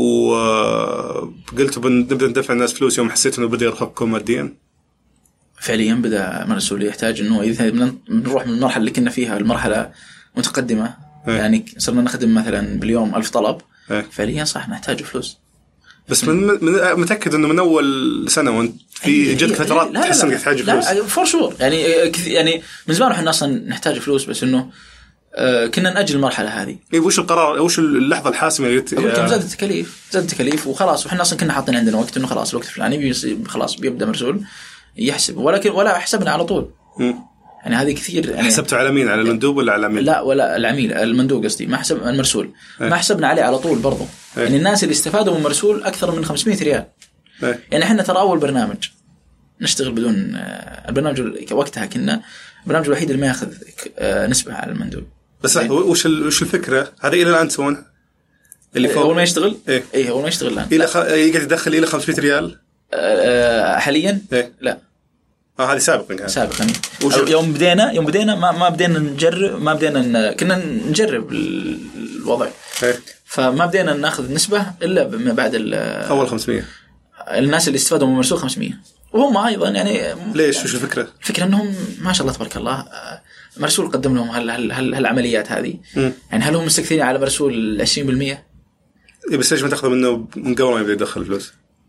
وقلت بنبدا ندفع الناس فلوس يوم حسيت انه بدا يرهقكم ماديا؟ فعليا بدا مرسول يحتاج انه اذا بنروح من المرحله اللي كنا فيها المرحله متقدمه هي. يعني صرنا نخدم مثلا باليوم ألف طلب. هي. فعليا صح نحتاج فلوس. بس من متاكد انه من اول سنه وانت في جد فترات تحس انك تحتاج فلوس؟ لا فور شور يعني يعني من زمان احنا اصلا نحتاج فلوس بس انه كنا نأجل المرحله هذه. اي وش القرار وش اللحظه الحاسمه اللي قلت زاد التكاليف زاد التكاليف وخلاص. وإحنا اصلا كنا حاطين عندنا وقت انه خلاص الوقت الفلاني خلاص بيبدا مرسول يحسب ولكن ولا حسبنا على طول. م. يعني هذه كثير يعني حسبتوا على مين؟ على المندوب ولا على العميل؟ لا ولا العميل المندوب قصدي ما حسب المرسول. أي. ما حسبنا عليه على طول برضو. أي. يعني الناس اللي استفادوا من المرسول أكثر من خمسمية ريال. أي. يعني إحنا ترى أول برنامج نشتغل بدون البرنامج وقتها كنا البرنامج الوحيد اللي ما يأخذ نسبة على المندوب. بس يعني وش وش الفكرة هذه إلى الآن تسوونها؟ اللي فوق أول ما يشتغل إيه إيه أول ما يشتغل الآن إلى خ... يقعد يدخل إلى خمسمية ريال أه حاليا إيه؟ لا آه هذه سابقا كان سابقا يوم بدينا يوم بدينا ما ما بدينا نجرب ما بدينا ن... كنا نجرب الوضع. إيه؟ فما بدينا ناخذ نسبة إلا بعد أول خمسمية الناس اللي استفادوا من المرسول خمسمية وهم أيضا يعني ليش وش الفكرة؟ الفكرة أنهم ما شاء الله تبارك الله مرسول قدم لهم هال هال هال هالعمليات هذه. م. يعني هل هم مستكثرين على مرسول عشرين بالمية؟ إيه بس ليش ما تأخذ منه من قبل ما يبدأ يدخل فلوس؟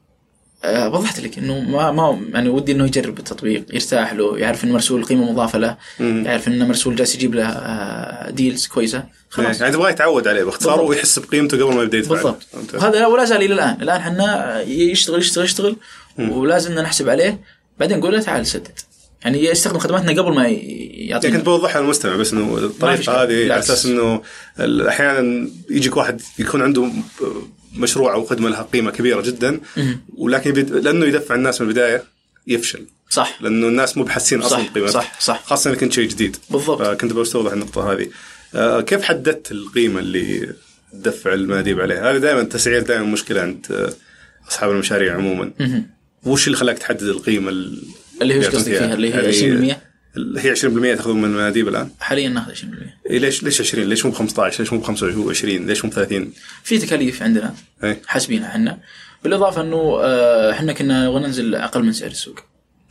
أه وضحت لك إنه ما ما يعني ودي إنه يجرب التطبيق يرتاح له يعرف إن مرسول قيمة مضافة له. م. يعرف إن مرسول جالس يجيب له ديلز كويسة خلاص. يعني تبغى يتعود عليه باختصار ويحس بقيمته قبل ما يبدأ يدفع. بالضبط. وهذا ولا زال إلى الآن الآن حنا يشتغل يشتغل يشتغل م. ولازمنا نحسب عليه بعدين نقول له تعال سدد. يعني يستخدم خدماتنا قبل ما يعطينا. كنت بوضحها للمستمع بس إنه الطريقة هذه على أساس إنه أحيانا يجيك واحد يكون عنده مشروع أو خدمة لها قيمة كبيرة جدا ولكن بيد... لأنه يدفع الناس من البداية يفشل. صح. لأنه الناس مو بحسين أصلا قيمة. صح صح. خاصة إذا كنت شيء جديد. بالضبط. فكنت بستوضح النقطة هذه. آه كيف حددت القيمة اللي تدفع المناديب عليها؟ هذا دائما التسعير دائما مشكلة عند أصحاب المشاريع عموما. وش اللي خلاك تحدد القيمة اللي هي قصدك فيها اللي هي عشرين بالمية؟ هي عشرين بالمية تأخذون من المناديب الآن؟ حاليا ناخذ عشرين بالمية. إيه ليش ليش عشرين؟ ليش مو بخمسة عشر؟ ليش مو بخمسة وعشرين؟ ليش مو بثلاثين؟ في تكاليف عندنا إيه؟ حاسبينها إحنا بالإضافة إنه إحنا كنا نبغى ننزل أقل من سعر السوق. إيه؟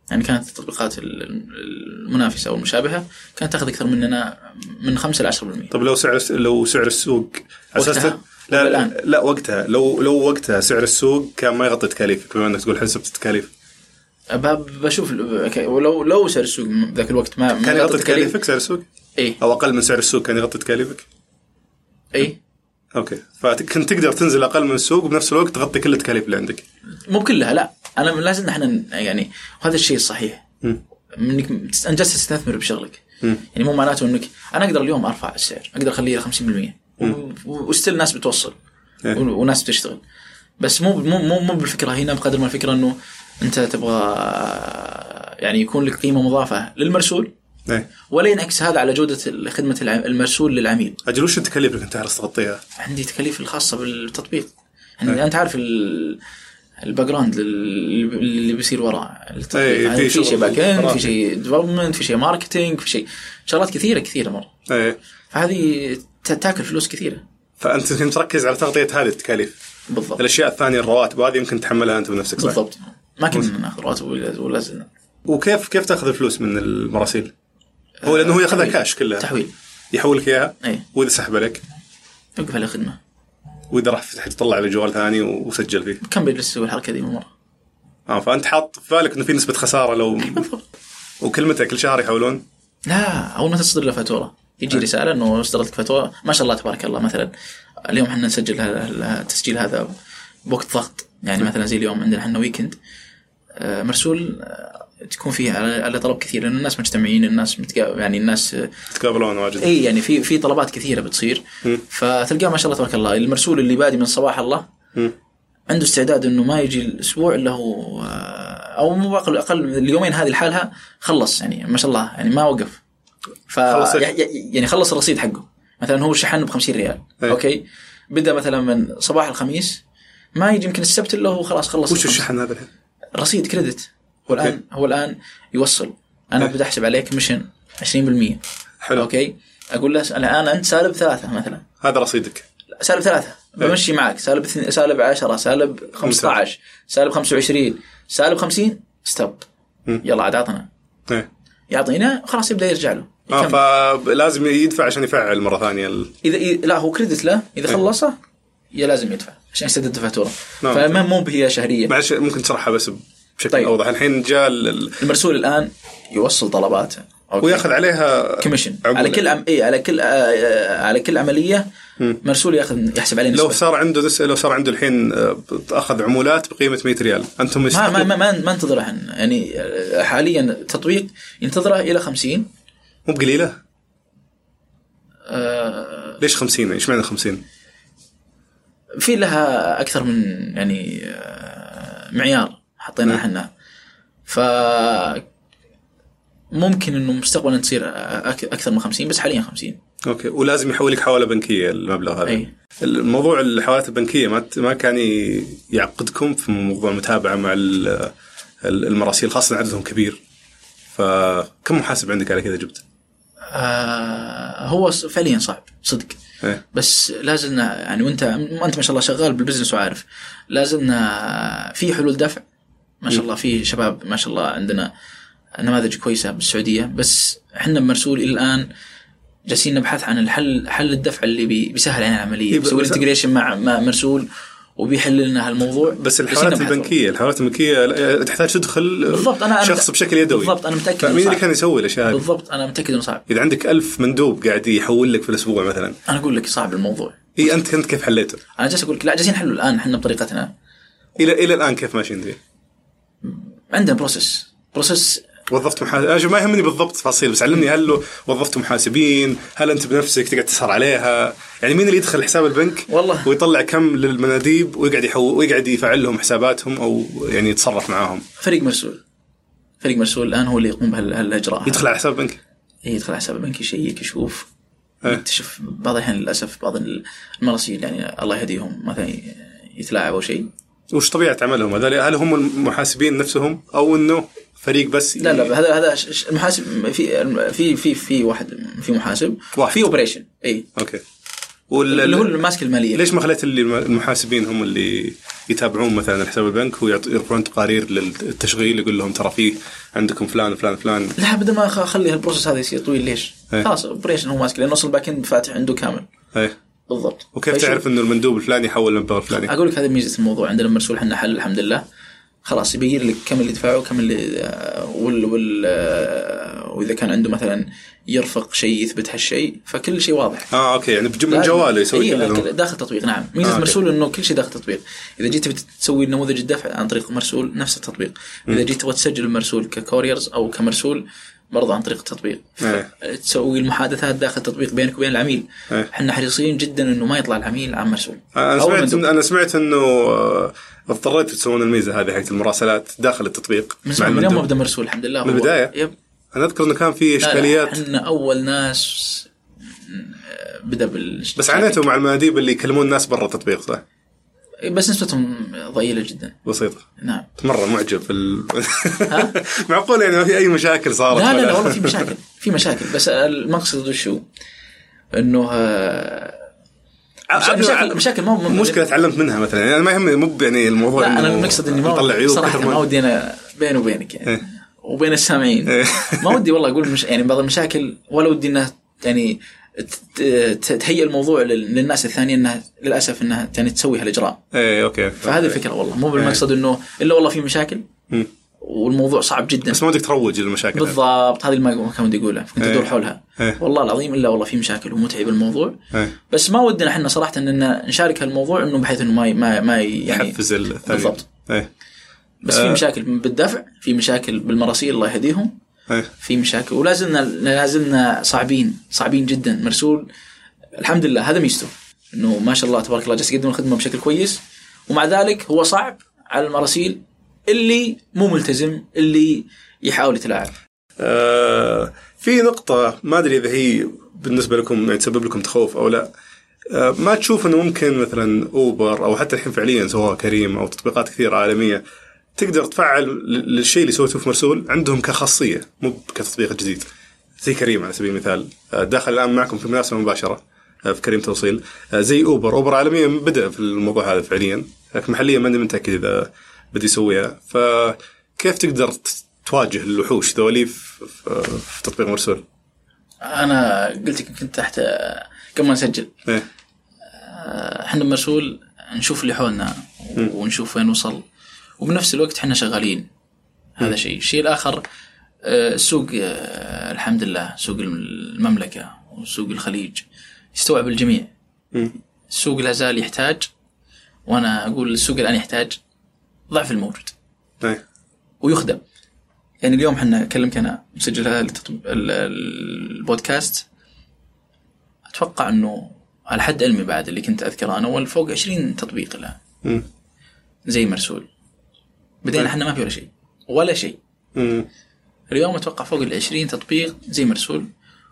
يعني كانت التطبيقات المنافسة أو المشابهة كانت تأخذ أكثر مننا من خمسة إلى عشرة بالمئة. طب لو سعر لو سعر السوق وقتها لا لا, لا وقتها لو لو وقتها سعر السوق كان ما يغطي تكاليفك بما أنك تقول حسبت التكاليف. بشوف لو لو سعر السوق ذاك الوقت ما كان يغطي تكاليفك سعر السوق إيه أو أقل من سعر السوق كان يغطي تكاليفك إيه أوكي فكنت تقدر تنزل أقل من السوق وبنفس الوقت تغطي كل التكاليف اللي عندك. مو كلها لا أنا لازم إحنا يعني وهذا الشيء الصحيح منك أنت جالس تستثمر بشغلك م. يعني مو معناته إنك أنا أقدر اليوم أرفع السعر أقدر أخليه خمسين بالمئة وستيل الناس بتوصل م. وناس بتشتغل بس مو مو مو مو بالفكرة هنا بقدر ما الفكرة إنه أنت تبغى يعني يكون لك قيمة مضافة للمرسول إيه؟ ولا ينعكس هذا على جودة خدمة المرسول للعميل. أجل وش التكاليف اللي كنت تعرف تغطيها؟ عندي تكاليف الخاصة بالتطبيق يعني أنت عارف الباك جراوند اللي بيصير وراء التطبيق يعني في شيء باك اند في شيء ديفلوبمنت في شيء ماركتينج في شيء شغلات كثيرة كثيرة مرة أيه. فهذه تاكل فلوس كثيرة فأنت كنت تركز على تغطية هذه التكاليف بالضبط. الأشياء الثانية الرواتب وهذه يمكن تحملها أنت بنفسك صح؟ بالضبط ما كنا ناخذ رواتب ولا زلنا. وكيف كيف تأخذ الفلوس من المراسيل؟ هو لأنه هو يأخذها كاش كلها تحويل يحولك إياها أيه. وإذا سحب عليك يوقف على خدمة وإذا راح فتح تطلع على جوال ثاني وسجل فيه كم بيجلس يسوي الحركة دي مرة آه فأنت حاط في بالك إنه في نسبة خسارة لو وكلمتك كل شهر يحولون لا أول ما تصدر له فاتورة يجي رسالة إنه صدرت لك فاتورة ما شاء الله تبارك الله مثلا اليوم إحنا نسجل التسجيل هذا بوقت ضغط يعني مثلا زي اليوم عندنا إحنا ويكند مرسول تكون فيه على طلب كثير لأن الناس مجتمعين الناس متقابل يعني الناس تقابلون واجد أي يعني في في طلبات كثيرة بتصير م. فتلقى ما شاء الله تبارك الله المرسول اللي بادي من صباح الله م. عنده استعداد إنه ما يجي الأسبوع إلا هو أو مو أقل أقل اليومين هذه الحالها خلص يعني ما شاء الله يعني ما وقف ف يعني خلص الرصيد حقه مثلا هو شحن بخمسين ريال أي. أوكي بدأ مثلا من صباح الخميس ما يجي يمكن السبت إلا هو خلاص خلص وش الشحن هذا رصيد كريدت هو الآن هو الآن يوصل أنا بدي أحسب عليك كميشن عشرين بالمية حلو أوكي أقول له الآن أنت سالب ثلاثة مثلا هذا رصيدك سالب ثلاثة بمشي معك سالب سالب عشرة سالب خمسة عشر سالب خمسة وعشرين سالب خمسين ستوب يلا عاد عطنا يعطينا خلاص يبدأ يرجع له آه فلازم يدفع عشان يفعل مرة ثانية ال... إذا لا هو كريدت له إذا خلصه يا لازم يدفع عشان يسدد الفاتورة فما مو بهي شهرية معلش ممكن تشرحها بس بشكل طيب. أوضح الحين جاء المرسول الآن يوصل طلباته ويأخذ عليها كوميشن على كل عم... إيه على كل آه على كل عملية م. مرسول يأخذ يحسب عليه نسبة. لو صار عنده دس... لو صار عنده الحين أخذ عمولات بقيمة مئة ريال أنتم ما ما ما, ما, ما انتظره يعني حاليا تطبيق ينتظره إلى خمسين مو بقليلة آه... ليش خمسين إيش معنى خمسين في لها أكثر من يعني معيار حطينا احنا ف ممكن انه مستقبلا تصير اكثر من خمسين بس حاليا خمسين. اوكي ولازم يحولك حواله بنكيه المبلغ هذا. أي. الموضوع الحوالات البنكيه ما ما كان يعقدكم في موضوع المتابعه مع المراسيل خاصه عددهم كبير فكم محاسب عندك على كذا جبت؟ آه هو فعليا صعب صدق. إيه؟ بس لازلنا يعني وانت انت ما شاء الله شغال بالبزنس وعارف لازلنا في حلول دفع ما شاء الله في شباب ما شاء الله عندنا نماذج كويسة بالسعودية بس احنا بمرسول إلى الآن جالسين نبحث عن الحل حل الدفع اللي بي بيسهل علينا العملية بيسوي انتجريشن مع مع مرسول وبيحل لنا هالموضوع. بس الحوالات البنكية الحوالات البنكية تحتاج تدخل بالضبط أنا شخص بشكل يدوي. بالضبط أنا متأكد. مين اللي كان يسوي الأشياء؟ بالضبط أنا متأكد إنه صعب. إذا عندك ألف مندوب قاعد يحول لك في الأسبوع مثلا. أنا أقول لك صعب الموضوع. إيه أنت كنت كيف حليته؟ أنا جالس أقول لك لا جالسين نحله الآن إحنا بطريقتنا. إلى إلى الآن كيف ماشيين ذي؟ عندنا بروسيس بروسيس. وظفت محاسب أنا ما يهمني بالضبط تفاصيل بس علمني هل وظفت محاسبين هل أنت بنفسك تقعد تسهر عليها يعني مين اللي يدخل حساب البنك والله ويطلع كم للمناديب ويقعد يحو ويقعد يفعل لهم حساباتهم أو يعني يتصرف معاهم؟ فريق مرسول فريق مرسول الآن هو اللي يقوم بهالإجراء. يدخل على حساب البنك. إيه يدخل على حساب البنك يشيك يشوف يكتشف بعض الأحيان للأسف بعض المراسيل يعني الله يهديهم مثلا يتلاعب أو شيء. وش طبيعة عملهم هذا؟ هل هم المحاسبين نفسهم أو إنه فريق بس؟ لا لا هذا هذا المحاسب في في في في واحد في محاسب واحد. في اوبريشن اي اوكي اللي هو الماسك الماليه. ليش ما خليت اللي المحاسبين هم اللي يتابعون مثلا حساب البنك ويرفعون تقارير للتشغيل يقول لهم ترى فيه عندكم فلان فلان فلان؟ لا بدل ما اخلي البروسيس هذا يصير طويل ليش؟ ايه. خلاص اوبريشن هو ماسك لانه اصل الباك اند فاتح عنده كامل. ايه بالضبط. وكيف تعرف انه المندوب الفلاني يحول المبلغ الفلاني؟ اقول لك هذا ميزه الموضوع عندنا مرسول احنا حل الحمد لله. خلاص يبين لك كم اللي دفعه وكم اللي وال وال واذا كان عنده مثلا يرفق شيء يثبت هالشيء فكل شيء واضح. اه اوكي يعني بجمع جواله يسوي كله داخل التطبيق. نعم ميزه آه مرسول انه كل شيء داخل التطبيق. اذا جيت تسوي نموذج الدفع عن طريق مرسول نفس التطبيق. اذا جيت تبغى تسجل المرسول ككوريرز او كمرسول برضه عن طريق التطبيق. آه. تسوي المحادثات داخل التطبيق بينك وبين العميل. احنا آه. حريصين جدا انه ما يطلع العميل عن مرسول. انا سمعت انا سمعت انه اضطريت تسوون الميزه هذه حق المراسلات داخل التطبيق من يوم ما بدا مرسول الحمد لله من البدايه. يب. انا اذكر انه كان في اشكاليات. احنا اول ناس بدا بال بس عانيتوا مع المناديب اللي يكلمون الناس برا التطبيق صح؟ بس نسبتهم ضئيله جدا بسيطه. نعم مره معجب في ال... معقول يعني ما في اي مشاكل صارت؟ لا لا لا والله في مشاكل في مشاكل بس المقصد وشو انه مشاكل مشاكل ما هو مشكله تعلمت منها مثلا يعني انا ما يهمني مو يعني الموضوع لا انا المقصد اني ما صراحه ما ودي انا بيني وبينك يعني إيه؟ وبين السامعين إيه؟ ما ودي والله اقول مش يعني بعض المشاكل ولا ودي انها يعني تهيئ الموضوع للناس الثانيه انها للاسف انها يعني تسوي هالاجراء. ايه اوكي فهذه الفكره والله مو بالمقصد إيه؟ انه الا والله في مشاكل م. والموضوع صعب جدا بس ما ودك تروج للمشاكل بالضبط. هذه اللي كان ودي اقولها كنت ادور إيه؟ حولها إيه؟ والله العظيم الا والله في مشاكل ومتعب الموضوع إيه؟ بس ما ودنا احنا صراحه اننا نشارك هالموضوع انه بحيث انه ما ما ما يعني يحفز الثاني بالضبط. إيه؟ بس في مشاكل بالدفع في مشاكل بالمراسيل الله يهديهم إيه؟ في مشاكل ولازلنا لازلنا صعبين صعبين جدا. مرسول الحمد لله هذا ميزته انه ما شاء الله تبارك الله جالس يقدم الخدمه بشكل كويس ومع ذلك هو صعب على المراسيل اللي مو ملتزم اللي يحاول يتلاعب. آه في نقطه ما ادري اذا هي بالنسبه لكم يعني تسبب لكم تخوف او لا. آه ما تشوف انه ممكن مثلا اوبر او حتى الحين فعليا سواء كريم او تطبيقات كثيره عالميه تقدر تفعل للشيء اللي سويته في مرسول عندهم كخاصيه مو كتطبيق جديد زي كريم على سبيل المثال داخل الان معكم في منافسه مباشره في كريم توصيل زي اوبر اوبر عالميا بدا في الموضوع هذا فعليا لكن محليا ما متاكد اذا بدي يسويها. فكيف تقدر تواجه الوحوش ذولي في تطبيق مرسول؟ انا قلت لك كنت تحت قبل ما نسجل إيه؟ احنا مرسول نشوف اللي حولنا ونشوف وين وصل وبنفس الوقت احنا شغالين. هذا شيء الشيء الاخر السوق الحمد لله سوق المملكه وسوق الخليج يستوعب الجميع. السوق لا زال يحتاج وانا اقول السوق الان يحتاج ضعف الموجود ويخدم. يعني اليوم احنا اكلمك انا مسجل هذا البودكاست اتوقع انه على حد علمي بعد اللي كنت اذكره انا اول فوق عشرين تطبيق الان زي مرسول بدينا احنا ما في ولا شيء ولا شيء. اليوم اتوقع فوق العشرين تطبيق زي مرسول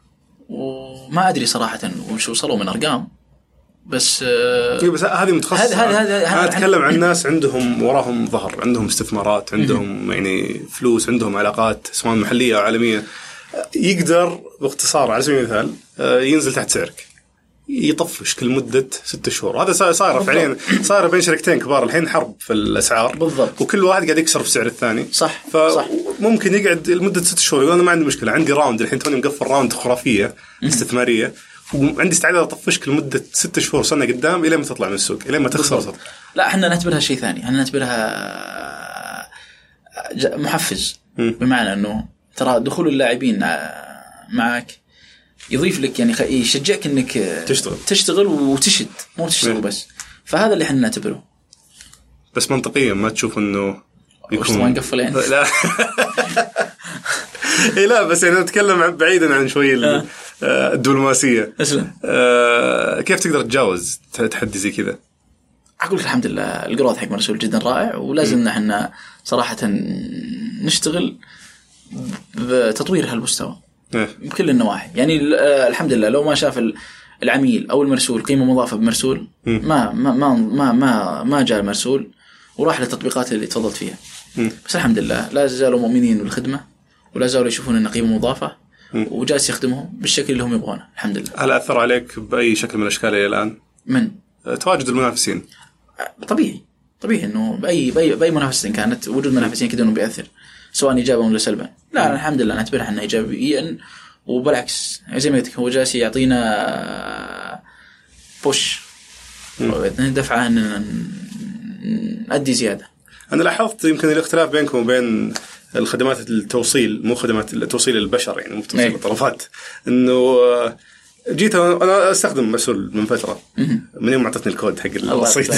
وما ادري صراحه وش وصلوا من ارقام بس آه بس هذه متخصصه. هذا هذا انا اتكلم عن ناس عندهم وراهم ظهر عندهم استثمارات عندهم يعني فلوس عندهم علاقات سواء محليه او عالميه يقدر باختصار على سبيل المثال ينزل تحت سعرك يطفش كل مدة ستة شهور. هذا صاير فعليا صاير بين شركتين كبار الحين حرب في الأسعار بالضبط وكل واحد قاعد يكسر في سعر الثاني صح فممكن يقعد لمدة ستة شهور يقول أنا ما عندي مشكلة عندي راوند الحين توني مقفل راوند خرافية استثمارية وعندي استعداد أطفشك لمدة ستة شهور سنة قدام إلى ما تطلع من السوق إلى ما تخسر صدق. لا إحنا نعتبرها شيء ثاني إحنا نعتبرها محفز بمعنى أنه ترى دخول اللاعبين معك يضيف لك يعني يشجعك انك تشتغل تشتغل وتشد مو تشتغل بس. فهذا اللي احنا نعتبره. بس منطقيا ما تشوف انه يكون ما نقفل يعني لا اي لا بس انا اتكلم بعيدا عن شوي الدبلوماسيه آه كيف تقدر تتجاوز تحدي زي كذا؟ اقول لك الحمد لله الجروث حق مرسول جدا رائع ولازم احنا صراحه نشتغل بتطوير هالمستوى بكل النواحي. يعني الحمد لله لو ما شاف العميل او المرسول قيمه مضافه بمرسول ما ما ما ما ما, ما جاء المرسول وراح للتطبيقات اللي تفضلت فيها. بس الحمد لله لا زالوا مؤمنين بالخدمه ولا زالوا يشوفون ان قيمه مضافه وجالس يخدمهم بالشكل اللي هم يبغونه الحمد لله. هل أثر عليك بأي شكل من الأشكال إلى الآن؟ من تواجد المنافسين؟ طبيعي طبيعي إنه بأي بأي بأي منافس كانت وجود منافسين كده إنه بيأثر سواء إيجابا ولا سلبا. لا أنا الحمد لله نعتبرها إنها إيجابيا، وبالعكس زي ما قلت هو جالس يعطينا بوش دفعة إن نأدي زيادة. أنا لاحظت يمكن الاختلاف بينكم وبين الخدمات التوصيل، مو خدمات التوصيل للبشر يعني مو توصيل الطلبات، إنه جيت أنا أستخدم مرسول من فترة من يوم أعطتني الكود حق الوسيط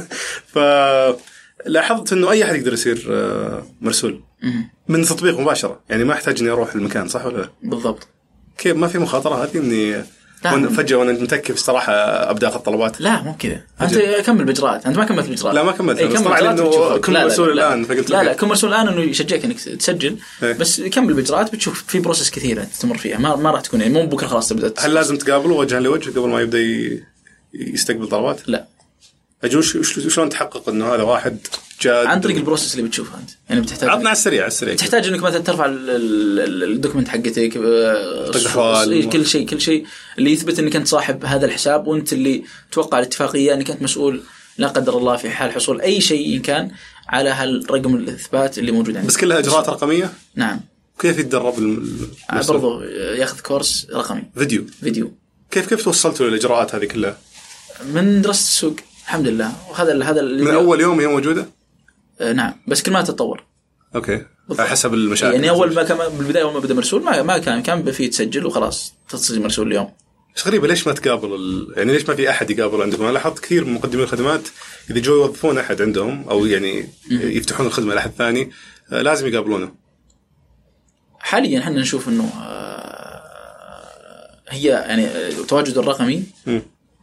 فلاحظت إنه أي أحد يقدر يصير مرسول من تطبيق مباشرة، يعني ما أحتاج إني أروح المكان، صح ولا لا؟ بالضبط. كيف ما في مخاطرة هذه إني وأنا فجأة وأنا متكف الصراحة أبدأ أخذ طلبات؟ لا مو كذا، أنت كمل بإجراءات، أنت ما كملت بإجراءات. لا ما كملت، أنا طلع لي إنه كم مرسول الآن فقلت لا لا كم مرسول الآن إنه يشجعك إنك تسجل ايه؟ بس كمل بإجراءات بتشوف في بروسس كثيرة تستمر فيها، ما ما راح تكون يعني مو بكرة خلاص تبدأ. هل لازم تقابله وجها لوجه قبل ما يبدأ يستقبل طلبات؟ لا. أجوش شلون تحقق إنه هذا واحد جاد؟ عن طريق البروسس اللي بتشوفها أنت، يعني بتحتاج عطنا على السريع على السريع تحتاج إنك مثلا ترفع الدوكمنت حقتك، كل شيء كل شيء اللي يثبت إنك أنت صاحب هذا الحساب وأنت اللي توقع الاتفاقية إنك أنت مسؤول لا قدر الله في حال حصول أي شيء إن كان على هالرقم الإثبات اللي موجود عندك. بس كلها إجراءات رقمية؟ نعم. كيف يتدرب برضو ياخذ كورس رقمي فيديو فيديو كيف كيف توصلتوا للإجراءات هذه كلها؟ من دراسة السوق الحمد لله، وهذا هذا من أول يوم هي موجودة؟ آه نعم، بس كل ما تتطور. أوكي. حسب المشاكل. يعني أول ما كان بالبداية أول ما بدأ مرسول ما ما كان كان فيه تسجل وخلاص تصير مرسول اليوم. إيش غريبة ليش ما تقابل ال... يعني ليش ما في أحد يقابل عندكم؟ أنا لاحظت كثير من مقدمين الخدمات إذا جو يوظفون أحد عندهم أو يعني يفتحون الخدمة لأحد ثاني لازم يقابلونه. حاليا احنا نشوف إنه هي يعني تواجد الرقمي م.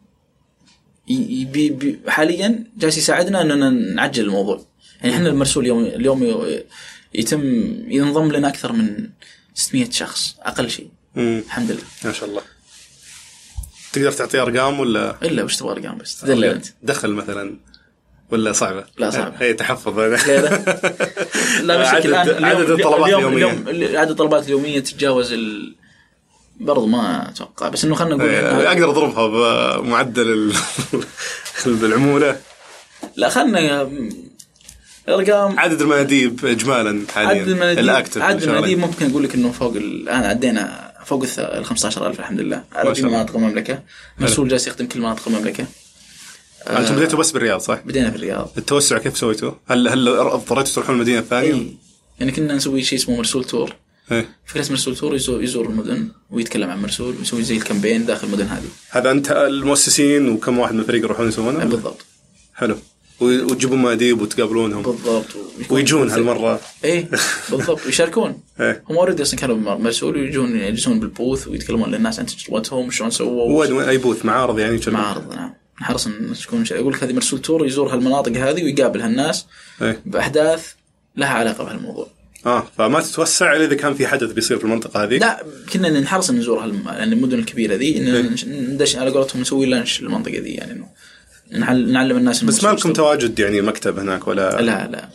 بي بي حاليا جالس يساعدنا أننا نعجل الموضوع. يعني إحنا المرسول اليوم اليوم يتم ينضم لنا أكثر من ستمائة شخص أقل شيء. مم. الحمد لله ما شاء الله. تقدر تعطي أرقام ولا؟ إلا وش تبغى أرقام بس تدل أنت. دخل مثلا ولا صعبة؟ لا صعبة. هي تحفظ. لا لا بشكل عدد, الآن عدد الطلبات اليومية. اليوم عدد الطلبات اليومية تتجاوز ال برضو ما أتوقع، بس إنه خلنا نقول أقدر أضربها بمعدل العمولة. لا خلنا أرقام عدد المناديب إجمالا حاليا. عدد المناديب الأكتف عدد المناديب ممكن أقول لك إنه فوق الآن عدينا فوق ال خمسة عشر ألف الحمد لله على جميع مناطق المملكة. مسؤول جالس يخدم كل مناطق المملكة. أنتم بديتوا بس بالرياض صح؟ بدينا في الرياض. التوسع كيف سويتوه؟ هل هل اضطريتوا تروحون المدينة الثانية؟ إيه. يعني كنا نسوي شيء اسمه مرسول تور. إيه. فكرة مرسول تور يزور, يزور المدن ويتكلم عن مرسول ويسوي زي الكامبين داخل المدن هذه. هذا أنت المؤسسين وكم واحد من الفريق يروحون يسوونه؟ بالضبط. حلو. وتجيبون ماديب وتقابلونهم. بالضبط. ويجون هالمرة. إيه بالضبط ويشاركون. إيه. هم أوريدي أصلاً كانوا مرسول ويجون يجلسون بالبوث ويتكلمون للناس عن تجربتهم وشون سووا. وين أي بوث معارض يعني؟ معارض نعم. نحرص إن تكون يقول لك هذه مرسول تور يزور هالمناطق هذه ويقابل هالناس. إيه. بأحداث لها علاقة بهالموضوع. آه فما تتوسع إلا إذا كان في حدث بيصير في المنطقة هذه. لا كنا نحرص إن نزور هالم يعني المدن الكبيرة ذي إن ندش على قولتهم نسوي لانش المنطقة ذي يعني إنه نعلم الناس. بس ما لكم تواجد يعني مكتب هناك ولا؟ لا لا.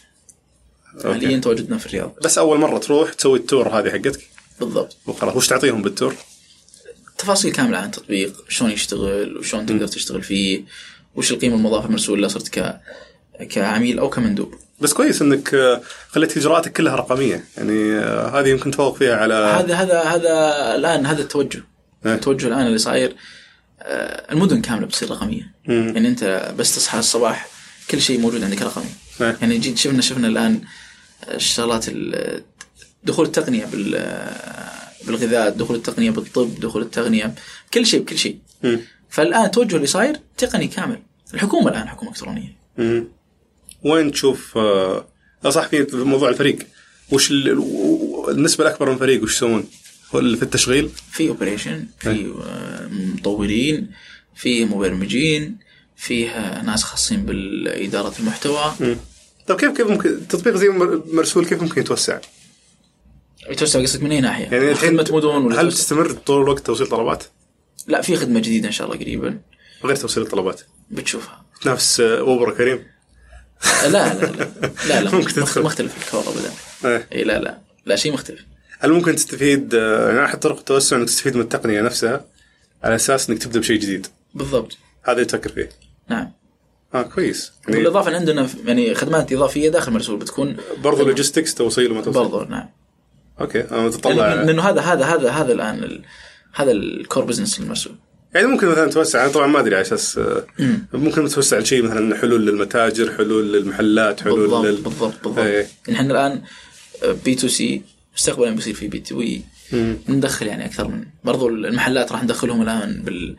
حاليا تواجدنا في الرياض. بس أول مرة تروح تسوي التور هذه حقتك. بالضبط. وخلاص وش تعطيهم بالتور؟ تفاصيل كاملة عن التطبيق شلون يشتغل وشلون تقدر تشتغل فيه وش القيمة المضافة المرسول اللي صرت ك كعميل أو كمندوب. بس كويس إنك خليت إجراءاتك كلها رقمية يعني هذه يمكن تفوق فيها على هذا هذا هذا الآن هذا التوجه. اه. التوجه الآن اللي صاير المدن كاملة بتصير رقمية. مم. يعني أنت بس تصحى الصباح كل شيء موجود عندك رقمي. اه. يعني جيت شفنا شفنا الآن الشغلات دخول التقنية بال بالغذاء، دخول التقنية بالطب، دخول التقنية كل شيء بكل شيء. مم. فالآن التوجه اللي صاير تقني كامل. الحكومة الآن حكومة إلكترونية. مم. وين تشوف آه صح في موضوع الفريق وش النسبة الأكبر من الفريق وش يسوون في التشغيل؟ في اوبريشن، في مطورين، في مبرمجين، فيها ناس خاصين بالإدارة المحتوى. مم. طب كيف كيف ممكن تطبيق زي مرسول كيف ممكن يتوسع؟ يتوسع قصدك من أي ناحية؟ يعني خدمة مدن ولا هل تستمر طول الوقت توصيل طلبات؟ لا في خدمة جديدة إن شاء الله قريبا. غير توصيل الطلبات. بتشوفها. تنافس أوبر كريم؟ لا لا لا لا لا ممكن تدخل. مختلف الكورة بدأ. إيه. إيه لا لا لا شيء مختلف. هل ممكن تستفيد يعني أحد طرق التوسع إنك تستفيد من التقنية نفسها على أساس إنك تبدأ بشيء جديد؟ بالضبط، هذا يتفكر فيه. نعم. آه كويس. يعني بالإضافة أن عندنا يعني خدمات إضافية داخل مرسول بتكون برضو لوجيستكس توصيل وما توصيل. برضو نعم. أوكي أنا متطلع. يعني لأنه هذا هذا هذا هذا الآن ال... هذا الكور بزنس للمرسول. يعني ممكن مثلا توسع، أنا طبعا ما أدري على أساس ممكن توسع شيء مثلا حلول للمتاجر، حلول للمحلات، حلول بالضبط لل... بالضبط بالضبط. يعني إحنا الآن بي تو سي مستقبلا بيصير في بي تو وي، ندخل يعني أكثر من برضو المحلات راح ندخلهم الآن بال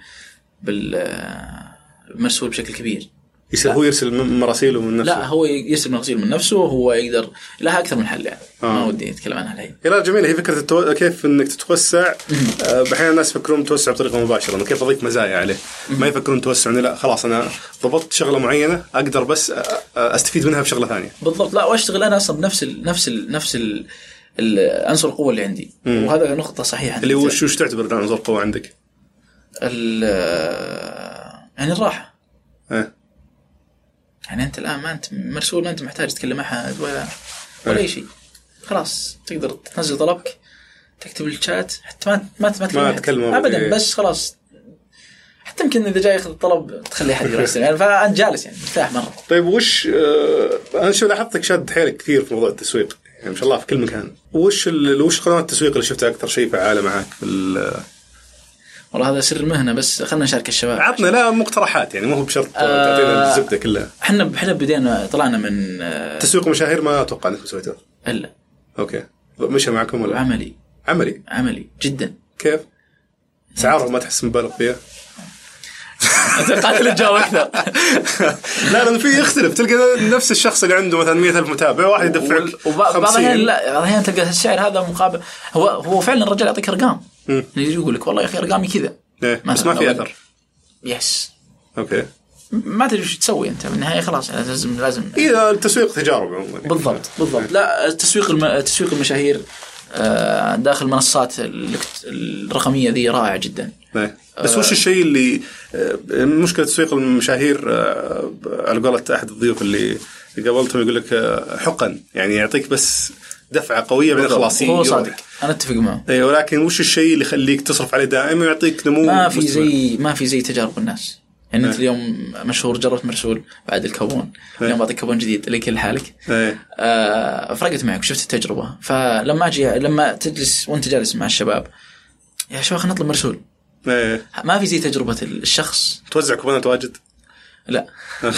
بالمرسول بشكل كبير. يصير هو يرسل مراسيله من نفسه؟ لا هو يرسل مراسيله من نفسه، وهو يقدر لها أكثر من حل يعني. آه. ما ودي أتكلم عنها الحين. لا جميلة هي فكرة التو... كيف إنك تتوسع. بحين الناس يفكرون توسع بطريقة مباشرة، إنه كيف أضيف مزايا عليه. ما يفكرون توسع إنه لا خلاص أنا ضبطت شغلة معينة أقدر بس أستفيد منها بشغلة ثانية. بالضبط. لا وأشتغل أنا أصلا بنفس ال... نفس ال... نفس ال... العنصر القوة اللي عندي. مم. وهذا نقطة صحيحة. اللي هو شو تعتبر عنصر القوة عندك؟ ال يعني الراحة. أه. يعني أنت الآن ما أنت مرسول، ما أنت محتاج تتكلم أحد ولا ولا أي شيء. خلاص تقدر تنزل طلبك، تكتب الشات، حتى ما ما ما تتكلم أبدا إيه. بس خلاص حتى يمكن إذا جاي ياخذ الطلب تخلي أحد يرسل يعني، فأنت جالس يعني مرتاح مرة. طيب وش آه أنا شو لاحظتك شاد حيلك كثير في موضوع التسويق يعني ما شاء الله في كل مكان. وش ال وش قنوات التسويق اللي شفتها أكثر شيء فعالة معك في ال والله هذا سر المهنة، بس خلنا نشارك الشباب. عطنا لا مقترحات يعني مو هو بشرط آه تعطينا الزبدة كلها. احنا احنا بدينا طلعنا من آه تسويق مشاهير، ما أتوقع أنك سويته. إلا. أوكي مشى معكم ولا؟ عملي. عملي. عملي جدا. كيف؟ سعره ما تحس مبالغ فيها؟ أتوقعت الجو أكثر. لا لأنه في يختلف، تلقى نفس الشخص اللي عنده مثلا مئة ألف متابع واحد يدفع وبعض الأحيان لا الأحيان تلقى السعر هذا مقابل. هو هو فعلا الرجال يعطيك أرقام، يجي يقول لك والله يا أخي أرقامي كذا بس ما في أثر. يس. أوكي. ما تدري وش تسوي أنت بالنهاية، خلاص لازم لازم. إيه التسويق تجارب عموما. بالضبط بالضبط. لا التسويق الم... تسويق المشاهير داخل المنصات الرقمية ذي رائع جدا. بس وش الشيء اللي مشكلة تسويق المشاهير على قولة أحد الضيوف اللي قابلتهم يقول لك حقا يعني يعطيك بس دفعة قوية بعدين خلاص. هو صادق أنا أتفق معه. أيوة ولكن وش الشيء اللي يخليك تصرف عليه دائما يعطيك نمو؟ ما في زي ما في زي تجارب الناس يعني. أنت اليوم مشهور جربت مرسول بعد الكوبون، اليوم بعطيك كوبون جديد لك لحالك. آه فرقت معك وشفت التجربة. فلما أجي لما تجلس وأنت جالس مع الشباب يا شباب خلينا نطلب مرسول. ايه. ما في زي تجربة الشخص. توزع كوبونات واجد؟ لا.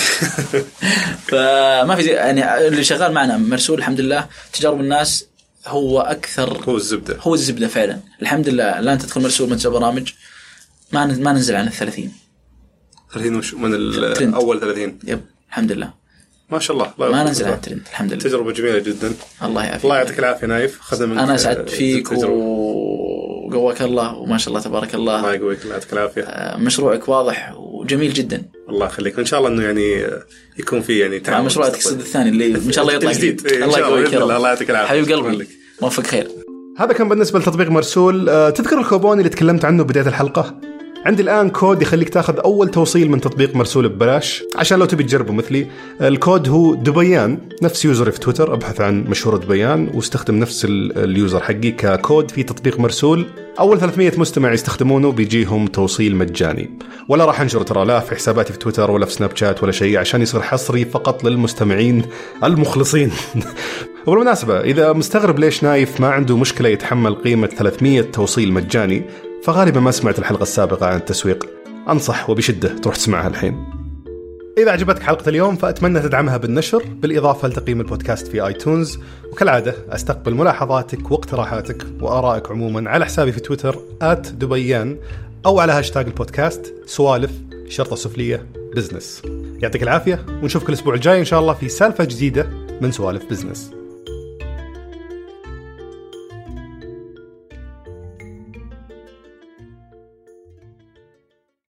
فما في زي يعني اللي شغال معنا مرسول الحمد لله تجارب الناس هو أكثر. هو الزبدة. هو الزبدة فعلا الحمد لله. الآن تدخل مرسول من برامج ما ما ننزل عن الثلاثين. ثلاثين وش من الأول ثلاثين. يب الحمد لله. ما شاء الله. ما ننزل عن الترند الحمد لله. تجربة جميلة جدا. الله يعافيك. الله يعطيك العافية نايف. خدمة. أنا سعدت فيك وقواك الله وما شاء الله تبارك الله. الله يقويك الله يعطيك العافية. مشروعك واضح وجميل جدا. الله يخليك. إن شاء الله إنه يعني يكون فيه يعني تعاون. مشروعك السد الثاني اللي إن شاء الله يطلع جديد. الله يقويك الله يعطيك العافية. حبيب قلبي موفق خير. هذا كان بالنسبة لتطبيق مرسول. تذكر الكوبون اللي تكلمت عنه بداية الحلقة؟ عندي الآن كود يخليك تاخذ أول توصيل من تطبيق مرسول ببلاش عشان لو تبي تجربه مثلي. الكود هو دبيان، نفس يوزري في تويتر، ابحث عن مشهور دبيان واستخدم نفس اليوزر حقي ككود في تطبيق مرسول. أول ثلاثمية مستمع يستخدمونه بيجيهم توصيل مجاني، ولا راح أنشر ترى لا في حساباتي في تويتر ولا في سناب شات ولا شيء، عشان يصير حصري فقط للمستمعين المخلصين. وبالمناسبة إذا مستغرب ليش نايف ما عنده مشكلة يتحمل قيمة ثلاثمية توصيل مجاني، فغالبا ما سمعت الحلقة السابقة عن التسويق. أنصح وبشدة تروح تسمعها الحين. إذا عجبتك حلقة اليوم فأتمنى تدعمها بالنشر، بالإضافة لتقييم البودكاست في آيتونز. وكالعادة أستقبل ملاحظاتك واقتراحاتك وآرائك عموما على حسابي في تويتر آت دبيان، أو على هاشتاج البودكاست سوالف شرطة سفلية بزنس. يعطيك العافية ونشوفك الأسبوع الجاي إن شاء الله في سالفة جديدة من سوالف بزنس.